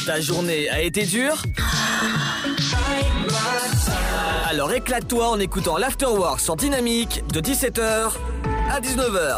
Ta journée a été dure ? Alors éclate-toi en écoutant l'Afterwork sur Dynamique de 17h à 19h.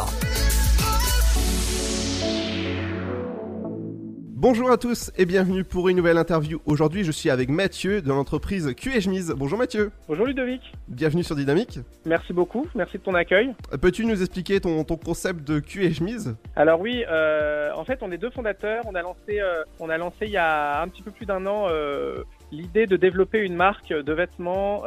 Bonjour à tous et bienvenue pour une nouvelle interview. Aujourd'hui, je suis avec Mathieu de l'entreprise Cul & Chemise. Bonjour Mathieu. Bonjour Ludovic. Bienvenue sur Dynamique. Merci beaucoup, merci de ton accueil. Peux-tu nous expliquer ton concept de Cul & Chemise ? Alors oui, en fait on est deux fondateurs. On a lancé il y a un petit peu plus d'un an l'idée de développer une marque de vêtements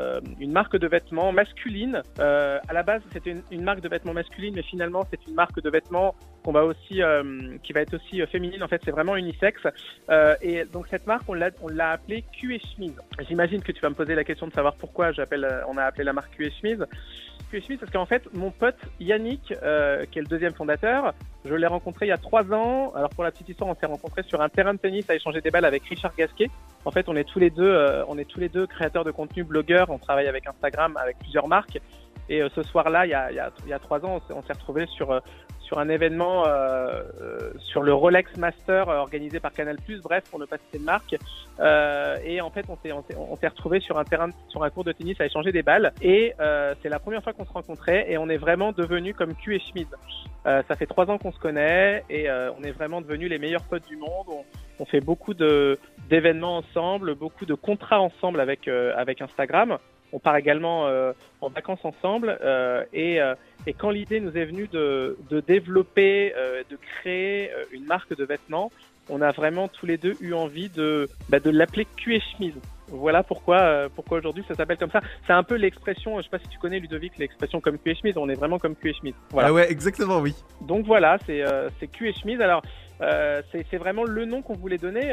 masculine. À la base c'était une marque de vêtements masculine, mais finalement c'est une marque de vêtements qui va être aussi féminine. En fait c'est vraiment unisexe. Et donc cette marque on l'a appelée Cul & Chemise. J'imagine que tu vas me poser la question de savoir pourquoi on a appelé la marque Cul & Chemise. Parce qu'en fait, mon pote Yannick, qui est le deuxième fondateur, je l'ai rencontré il y a 3 ans. Alors pour la petite histoire, on s'est rencontrés sur un terrain de tennis à échanger des balles avec Richard Gasquet. En fait, on est tous les deux créateurs de contenu, blogueurs. On travaille avec Instagram, avec plusieurs marques. Et ce soir-là, il y a 3 ans, on s'est retrouvés sur un événement sur le Rolex Master organisé par Canal+, bref, pour ne pas citer de marque. Et en fait, on s'est retrouvés sur un cours de tennis à échanger des balles. Et c'est la première fois qu'on se rencontrait et on est vraiment devenus comme Cul & Chemise. Ça fait 3 ans qu'on se connaît et on est vraiment devenus les meilleurs potes du monde. On fait beaucoup d'événements ensemble, beaucoup de contrats ensemble avec Instagram. On part également en vacances ensemble et quand l'idée nous est venue de développer, de créer une marque de vêtements, on a vraiment tous les deux eu envie de l'appeler Cul & Chemise. Voilà pourquoi aujourd'hui ça s'appelle comme ça. C'est un peu l'expression, je sais pas si tu connais Ludovic, l'expression comme Cul & Chemise, on est vraiment comme Cul & Chemise. Voilà. Ah ouais, exactement, oui. Donc voilà, c'est Cul & Chemise. Alors c'est vraiment le nom qu'on voulait donner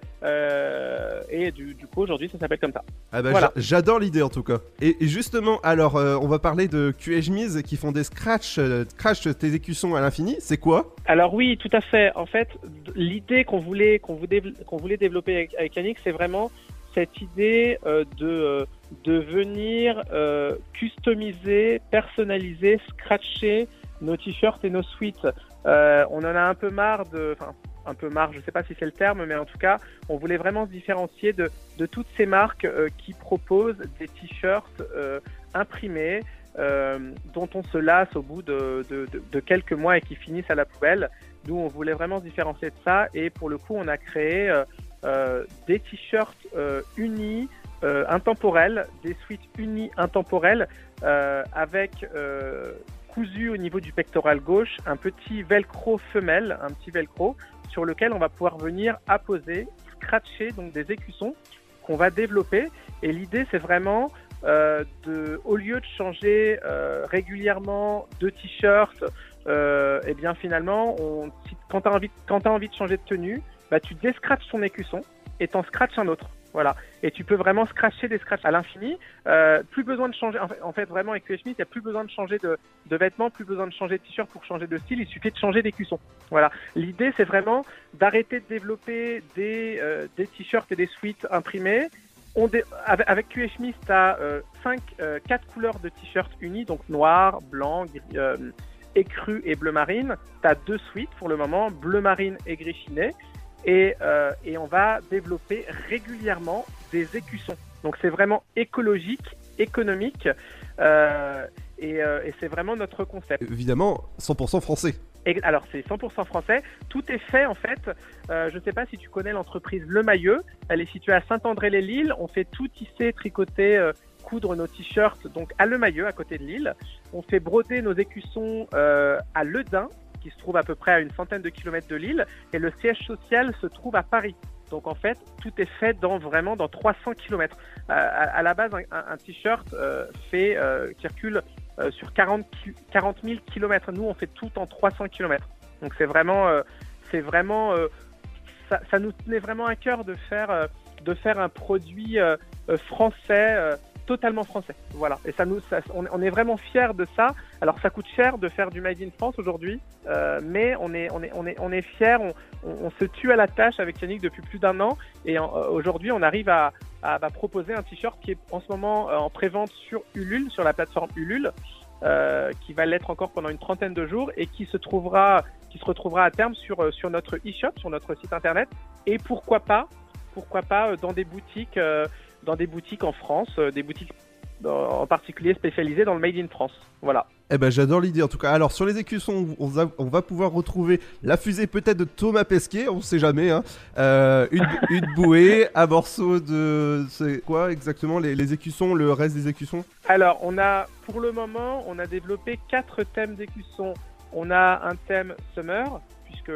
et du coup aujourd'hui ça s'appelle comme ça. Ah bah voilà. J'adore l'idée en tout cas. Et justement, alors on va parler de Cul & Chemise qui font des scratch tes écussons à l'infini. C'est quoi ? Alors oui, tout à fait. En fait, l'idée qu'on voulait développer avec Yannick, c'est vraiment cette idée de venir customiser, personnaliser, scratcher nos t-shirts et nos sweats. On en a un peu marre, je sais pas si c'est le terme, mais en tout cas, on voulait vraiment se différencier de toutes ces marques qui proposent des t-shirts imprimés, dont on se lasse au bout de quelques mois et qui finissent à la poubelle. Nous, on voulait vraiment se différencier de ça et pour le coup, on a créé des t-shirts unis, intemporels, des sweats unis intemporels avec cousu au niveau du pectoral gauche, un petit velcro femelle, un petit velcro sur lequel on va pouvoir venir apposer, scratcher donc des écussons qu'on va développer. Et l'idée, c'est vraiment au lieu de changer régulièrement de t-shirt, et bien finalement, quand tu as envie de changer de tenue, tu déscratches ton écusson et t'en scratches un autre. Voilà. Et tu peux vraiment scratcher des scratchs à l'infini. Plus besoin de changer. En fait, vraiment, avec Cul & Chemise, il n'y a plus besoin de changer de vêtements, plus besoin de changer de t-shirt pour changer de style. Il suffit de changer d'écusson. Voilà. L'idée, c'est vraiment d'arrêter de développer des t-shirts et des sweats imprimés. Avec Cul & Chemise, tu as 4 couleurs de t-shirts unis, donc noir, blanc, écru et bleu marine. Tu as 2 suites pour le moment, bleu marine et gris chiné. Et on va développer régulièrement des écussons. Donc c'est vraiment écologique, économique, et c'est vraiment notre concept. Évidemment, 100% français. Alors c'est 100% français. Tout est fait en fait. Je ne sais pas si tu connais l'entreprise Le Mailleux. Elle est située à Saint-André-les-Lilles. On fait tout tisser, tricoter, coudre nos t-shirts donc à Le Mailleux, à côté de Lille. On fait broder nos écussons à Ledun, qui se trouve à peu près à une centaine de kilomètres de Lille, et le siège social se trouve à Paris. Donc en fait, tout est fait dans 300 kilomètres. À la base, un t-shirt qui recule sur 40 000 kilomètres. Nous, on fait tout en 300 kilomètres. Donc c'est vraiment, ça nous tenait vraiment à cœur de faire un produit français. Totalement français, voilà. Et on est vraiment fiers de ça. Alors ça coûte cher de faire du Made in France aujourd'hui, mais on est fiers. On se tue à la tâche avec Yannick depuis plus d'1 an, et aujourd'hui on arrive à proposer un t-shirt qui est en ce moment en prévente sur Ulule, sur la plateforme Ulule, qui va l'être encore pendant une 30aine de jours et qui se retrouvera à terme sur notre e-shop, sur notre site internet, et pourquoi pas dans des boutiques en France, des boutiques en particulier spécialisées dans le Made in France. Voilà. Eh ben j'adore l'idée en tout cas. Alors sur les écussons, on va pouvoir retrouver la fusée peut-être de Thomas Pesquet, on sait jamais, hein. Une bouée, un morceau de... C'est quoi exactement les écussons, le reste des écussons? Alors pour le moment, on a développé 4 thèmes d'écussons. On a un thème summer, puisque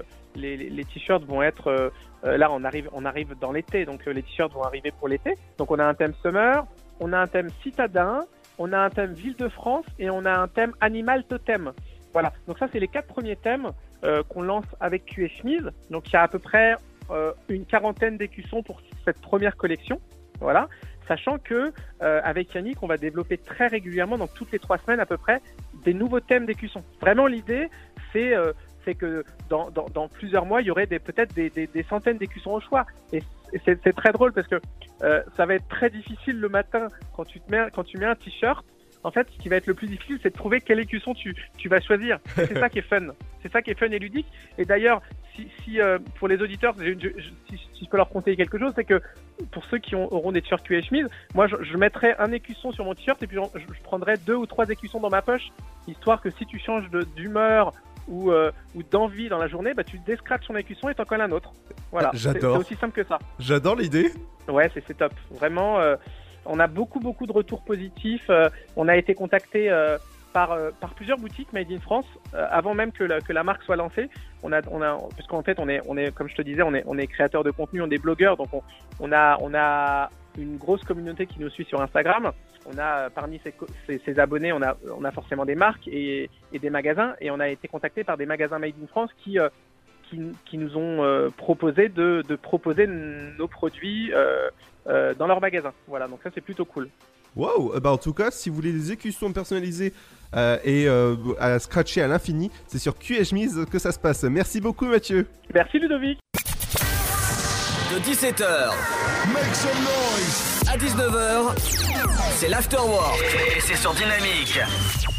les t-shirts vont être... là on arrive dans l'été, donc les t-shirts vont arriver pour l'été. Donc on a un thème summer, on a un thème citadin, on a un thème ville de France et on a un thème animal totem. Voilà, donc ça c'est les 4 premiers thèmes qu'on lance avec Cul et Chemise. Donc il y a à peu près une quarantaine d'écussons pour cette première collection. Voilà, sachant que avec Yannick on va développer très régulièrement, donc toutes les 3 semaines à peu près, des nouveaux thèmes d'écussons. Vraiment l'idée c'est que dans plusieurs mois il y aurait peut-être des centaines d'écussons au choix. Et c'est très drôle parce que ça va être très difficile le matin quand tu mets un t-shirt. En fait, ce qui va être le plus difficile, c'est de trouver quel écusson tu vas choisir. C'est ça qui est fun. C'est ça qui est fun et ludique. Et d'ailleurs, si pour les auditeurs, si je peux leur conseiller quelque chose, c'est que pour ceux qui auront des t-shirts Cul et Chemise, moi je mettrai un écusson sur mon t-shirt et puis je prendrai 2 ou 3 écussons dans ma poche, histoire que si tu changes d'humeur ou d'envie dans la journée, bah tu déscratches ton écusson et t'en colles un autre. Voilà, j'adore. C'est aussi simple que ça. J'adore l'idée. Ouais, c'est top. Vraiment, on a beaucoup de retours positifs. On a été contacté par plusieurs boutiques Made in France avant même que la marque soit lancée. Parce qu'en fait on est comme je te disais, on est créateur de contenu, on est blogueur, donc on a une grosse communauté qui nous suit sur Instagram. On a parmi ces abonnés, on a forcément des marques et des magasins, et on a été contacté par des magasins Made in France qui nous ont proposé de proposer nos produits dans leurs magasins. Voilà, donc ça c'est plutôt cool. Wow, en tout cas, si vous voulez des écussons personnalisés et à scratcher à l'infini, c'est sur Cul et Chemise que ça se passe. Merci beaucoup Mathieu. Merci Ludovic. De 17h Make some noise. à 19h, c'est l'Afterwork et c'est sur Dynamique.